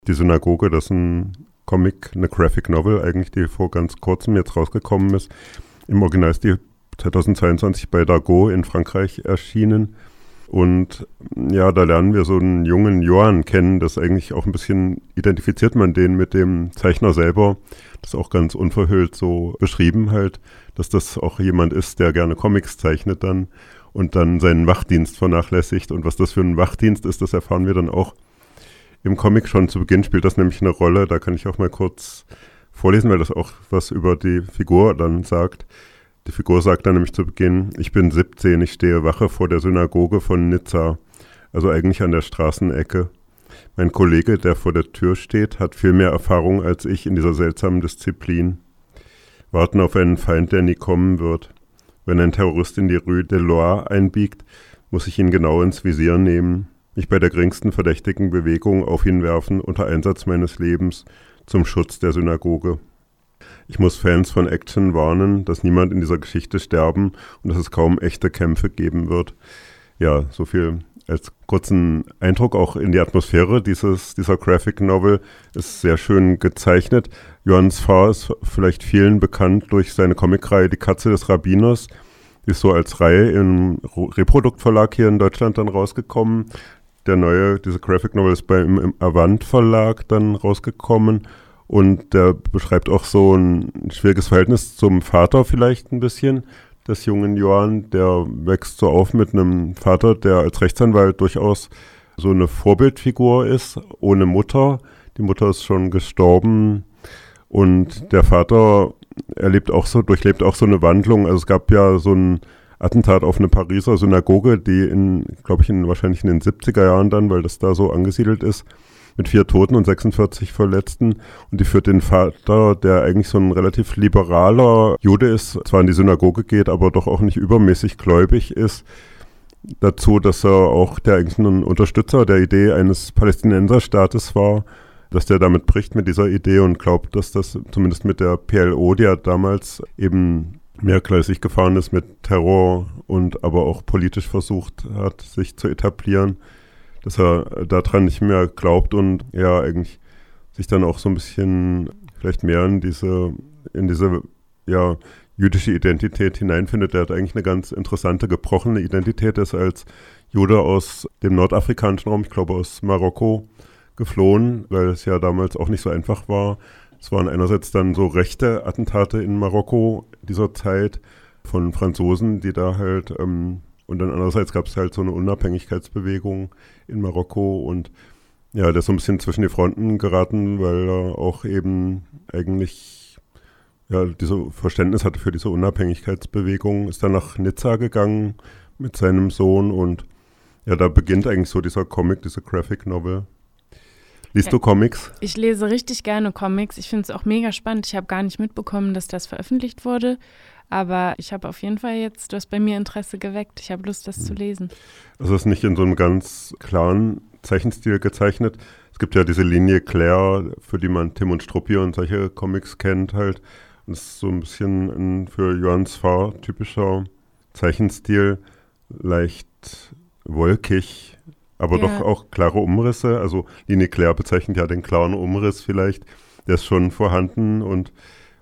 Die Synagoge, das ist ein Comic, eine Graphic Novel eigentlich, die vor ganz kurzem jetzt rausgekommen ist. Im Original ist die 2022 bei Dargaud in Frankreich erschienen. Und ja, da lernen wir so einen jungen Johann kennen, das eigentlich auch ein bisschen identifiziert man den mit dem Zeichner selber. Das ist auch ganz unverhüllt so beschrieben halt, dass das auch jemand ist, der gerne Comics zeichnet dann und dann seinen Wachdienst vernachlässigt. Und was das für ein Wachdienst ist, das erfahren wir dann auch im Comic schon. Zu Beginn spielt das nämlich eine Rolle, da kann ich auch mal kurz vorlesen, weil das auch was über die Figur dann sagt. Die Figur sagt dann nämlich zu Beginn: Ich bin 17, ich stehe Wache vor der Synagoge von Nizza, also eigentlich an der Straßenecke. Mein Kollege, der vor der Tür steht, hat viel mehr Erfahrung als ich in dieser seltsamen Disziplin. Warten auf einen Feind, der nie kommen wird. Wenn ein Terrorist in die Rue de Loire einbiegt, muss ich ihn genau ins Visier nehmen, mich bei der geringsten verdächtigen Bewegung auf ihn werfen unter Einsatz meines Lebens zum Schutz der Synagoge. Ich muss Fans von Action warnen, dass niemand in dieser Geschichte sterben und dass es kaum echte Kämpfe geben wird. Ja, so viel als kurzen Eindruck auch in die Atmosphäre dieser Graphic Novel. Ist sehr schön gezeichnet. Johannes Fahr ist vielleicht vielen bekannt durch seine Comicreihe Die Katze des Rabbiners. Die ist so als Reihe im Reprodukt-Verlag hier in Deutschland dann rausgekommen. Diese Graphic Novel ist im Avant Verlag dann rausgekommen. Und der beschreibt auch so ein schwieriges Verhältnis zum Vater vielleicht ein bisschen des jungen Johann. Der wächst so auf mit einem Vater, der als Rechtsanwalt durchaus so eine Vorbildfigur ist, ohne Mutter. Die Mutter ist schon gestorben und der Vater durchlebt auch so eine Wandlung. Also es gab ja so ein Attentat auf eine Pariser Synagoge, die wahrscheinlich in den 70er Jahren dann, weil das da so angesiedelt ist, mit 4 Toten und 46 Verletzten. Und die führt den Vater, der eigentlich so ein relativ liberaler Jude ist, zwar in die Synagoge geht, aber doch auch nicht übermäßig gläubig ist, dazu, dass er auch der eigentlich ein Unterstützer der Idee eines Palästinenserstaates war, dass der damit bricht mit dieser Idee und glaubt, dass das zumindest mit der PLO, die ja damals eben mehrgleisig gefahren ist mit Terror und aber auch politisch versucht hat, sich zu etablieren, dass er daran nicht mehr glaubt und ja eigentlich sich dann auch so ein bisschen vielleicht mehr in diese ja, jüdische Identität hineinfindet. Er hat eigentlich eine ganz interessante, gebrochene Identität. Er ist als Jude aus dem nordafrikanischen Raum, ich glaube aus Marokko, geflohen, weil es ja damals auch nicht so einfach war. Es waren einerseits dann so rechte Attentate in Marokko dieser Zeit von Franzosen, die da halt und dann andererseits gab es halt so eine Unabhängigkeitsbewegung in Marokko und ja, der ist so ein bisschen zwischen die Fronten geraten, weil er auch eben eigentlich ja dieses Verständnis hatte für diese Unabhängigkeitsbewegung, ist dann nach Nizza gegangen mit seinem Sohn und ja, da beginnt eigentlich so dieser Comic, diese Graphic Novel. Liest du Comics? Ich lese richtig gerne Comics. Ich finde es auch mega spannend. Ich habe gar nicht mitbekommen, dass das veröffentlicht wurde. Aber ich habe auf jeden Fall du hast bei mir Interesse geweckt. Ich habe Lust, das zu lesen. Also es ist nicht in so einem ganz klaren Zeichenstil gezeichnet. Es gibt ja diese Linie Claire, für die man Tim und Struppi und solche Comics kennt halt. Und es ist so ein bisschen ein für Johannes Fahr typischer Zeichenstil, leicht wolkig, aber doch auch klare Umrisse. Also Linie Claire bezeichnet ja den klaren Umriss vielleicht. Der ist schon vorhanden und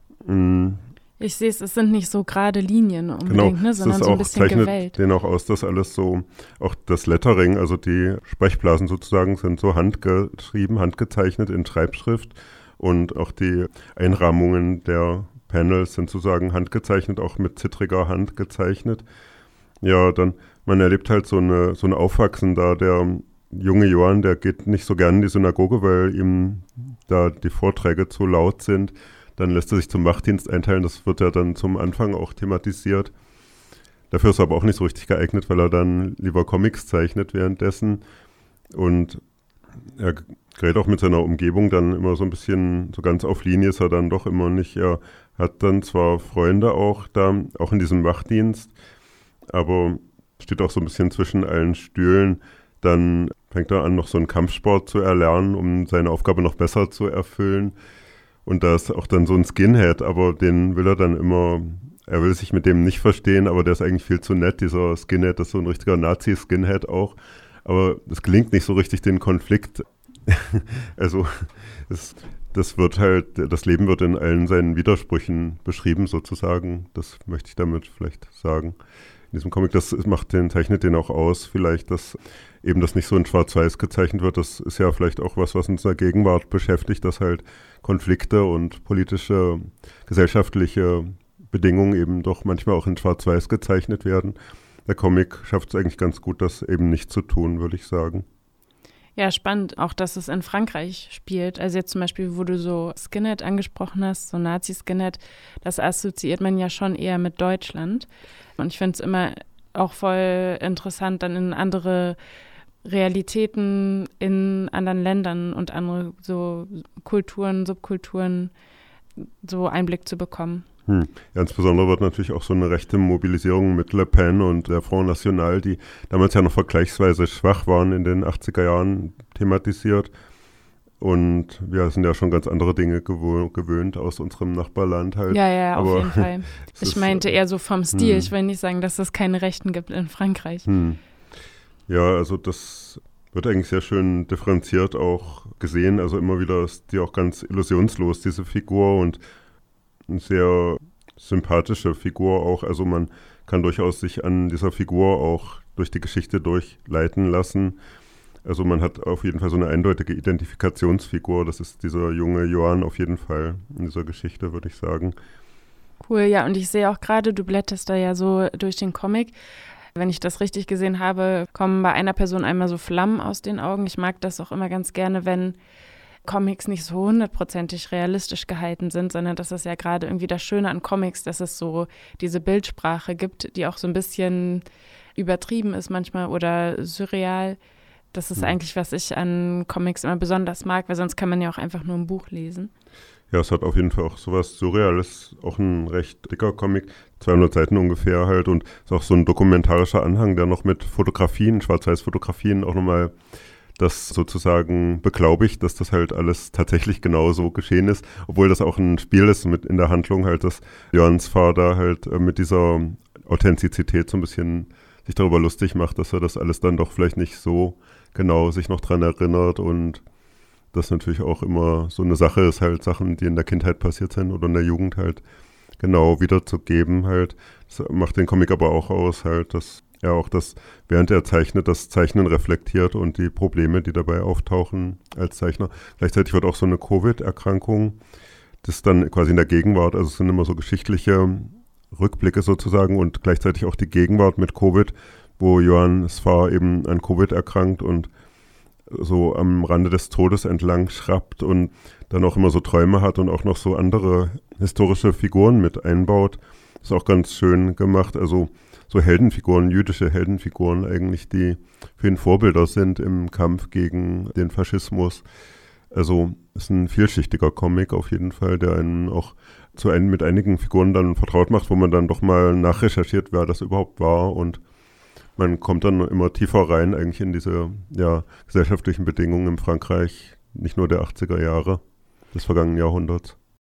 ich sehe es sind nicht so gerade Linien unbedingt, genau, sondern so ein bisschen zeichnet gewellt. Den auch aus, dass alles so, auch das Lettering, also die Sprechblasen sozusagen sind so handgeschrieben, handgezeichnet in Schreibschrift und auch die Einrahmungen der Panels sind sozusagen handgezeichnet, auch mit zittriger Hand gezeichnet. Ja, dann, man erlebt halt so eine Aufwachsen da, der junge Johann, der geht nicht so gerne in die Synagoge, weil ihm da die Vorträge zu laut sind. Dann lässt er sich zum Wachdienst einteilen, das wird ja dann zum Anfang auch thematisiert. Dafür ist er aber auch nicht so richtig geeignet, weil er dann lieber Comics zeichnet währenddessen. Und er gerät auch mit seiner Umgebung dann immer so ein bisschen, so ganz auf Linie ist er dann doch immer nicht. Er hat dann zwar Freunde auch da, auch in diesem Wachdienst, aber steht auch so ein bisschen zwischen allen Stühlen. Dann fängt er an, noch so einen Kampfsport zu erlernen, um seine Aufgabe noch besser zu erfüllen. Und da ist auch dann so ein Skinhead, aber den will er dann immer, er will sich mit dem nicht verstehen, aber der ist eigentlich viel zu nett, dieser Skinhead, das ist so ein richtiger Nazi-Skinhead auch. Aber es gelingt nicht so richtig, den Konflikt Also das Leben wird in allen seinen Widersprüchen beschrieben sozusagen. Das möchte ich damit vielleicht sagen. In diesem Comic, zeichnet den auch aus, vielleicht, dass eben das nicht so in Schwarz-Weiß gezeichnet wird. Das ist ja vielleicht auch was uns in der Gegenwart beschäftigt, dass halt Konflikte und politische, gesellschaftliche Bedingungen eben doch manchmal auch in Schwarz-Weiß gezeichnet werden. Der Comic schafft es eigentlich ganz gut, das eben nicht zu tun, würde ich sagen. Ja, spannend, auch dass es in Frankreich spielt. Also jetzt zum Beispiel, wo du so Skinhead angesprochen hast, so Nazi-Skinhead, das assoziiert man ja schon eher mit Deutschland. Und ich finde es immer auch voll interessant, dann in andere Realitäten in anderen Ländern und andere so Kulturen, Subkulturen so Einblick zu bekommen. Ja, insbesondere wird natürlich auch so eine rechte Mobilisierung mit Le Pen und der Front National, die damals ja noch vergleichsweise schwach waren, in den 80er Jahren thematisiert. Und wir sind ja schon ganz andere Dinge gewöhnt aus unserem Nachbarland halt. Ja, aber auf jeden Fall. Ich meinte eher so vom Stil. Ich will nicht sagen, dass es keine Rechten gibt in Frankreich. Ja, also das wird eigentlich sehr schön differenziert auch gesehen. Also immer wieder ist die auch ganz illusionslos, diese Figur, und eine sehr sympathische Figur auch. Also man kann durchaus sich an dieser Figur auch durch die Geschichte durchleiten lassen. Also man hat auf jeden Fall so eine eindeutige Identifikationsfigur. Das ist dieser junge Johann auf jeden Fall in dieser Geschichte, würde ich sagen. Cool, ja, und ich sehe auch gerade, du blätterst da ja so durch den Comic. Wenn ich das richtig gesehen habe, kommen bei einer Person einmal so Flammen aus den Augen. Ich mag das auch immer ganz gerne, wenn Comics nicht so 100%ig realistisch gehalten sind, sondern das ist ja gerade irgendwie das Schöne an Comics, dass es so diese Bildsprache gibt, die auch so ein bisschen übertrieben ist manchmal oder surreal. Das ist eigentlich, was ich an Comics immer besonders mag, weil sonst kann man ja auch einfach nur ein Buch lesen. Ja, es hat auf jeden Fall auch sowas Surreales, auch ein recht dicker Comic, 200 Seiten ungefähr halt, und ist auch so ein dokumentarischer Anhang, der noch mit Fotografien, Schwarz-Weiß-Fotografien auch nochmal das sozusagen beglaubigt, dass das halt alles tatsächlich genau so geschehen ist, obwohl das auch ein Spiel ist mit in der Handlung halt, dass Johanns Vater halt mit dieser Authentizität so ein bisschen sich darüber lustig macht, dass er das alles dann doch vielleicht nicht so genau sich noch dran erinnert, und das natürlich auch immer so eine Sache ist, halt Sachen, die in der Kindheit passiert sind oder in der Jugend halt genau wiederzugeben halt. Das macht den Comic aber auch aus halt, dass er auch das, während er zeichnet, das Zeichnen reflektiert und die Probleme, die dabei auftauchen als Zeichner. Gleichzeitig wird auch so eine Covid-Erkrankung, das ist dann quasi in der Gegenwart, also es sind immer so geschichtliche Rückblicke sozusagen und gleichzeitig auch die Gegenwart mit Covid, wo Johanns Vater eben an Covid erkrankt und so am Rande des Todes entlang schrappt und dann auch immer so Träume hat und auch noch so andere historische Figuren mit einbaut. Ist auch ganz schön gemacht. Also so Heldenfiguren, jüdische Heldenfiguren eigentlich, die für ihn Vorbilder sind im Kampf gegen den Faschismus. Also ist ein vielschichtiger Comic auf jeden Fall, der einen auch mit einigen Figuren dann vertraut macht, wo man dann doch mal nachrecherchiert, wer das überhaupt war, und man kommt dann immer tiefer rein eigentlich in diese gesellschaftlichen Bedingungen in Frankreich, nicht nur der 80er Jahre des vergangenen Jahrhunderts.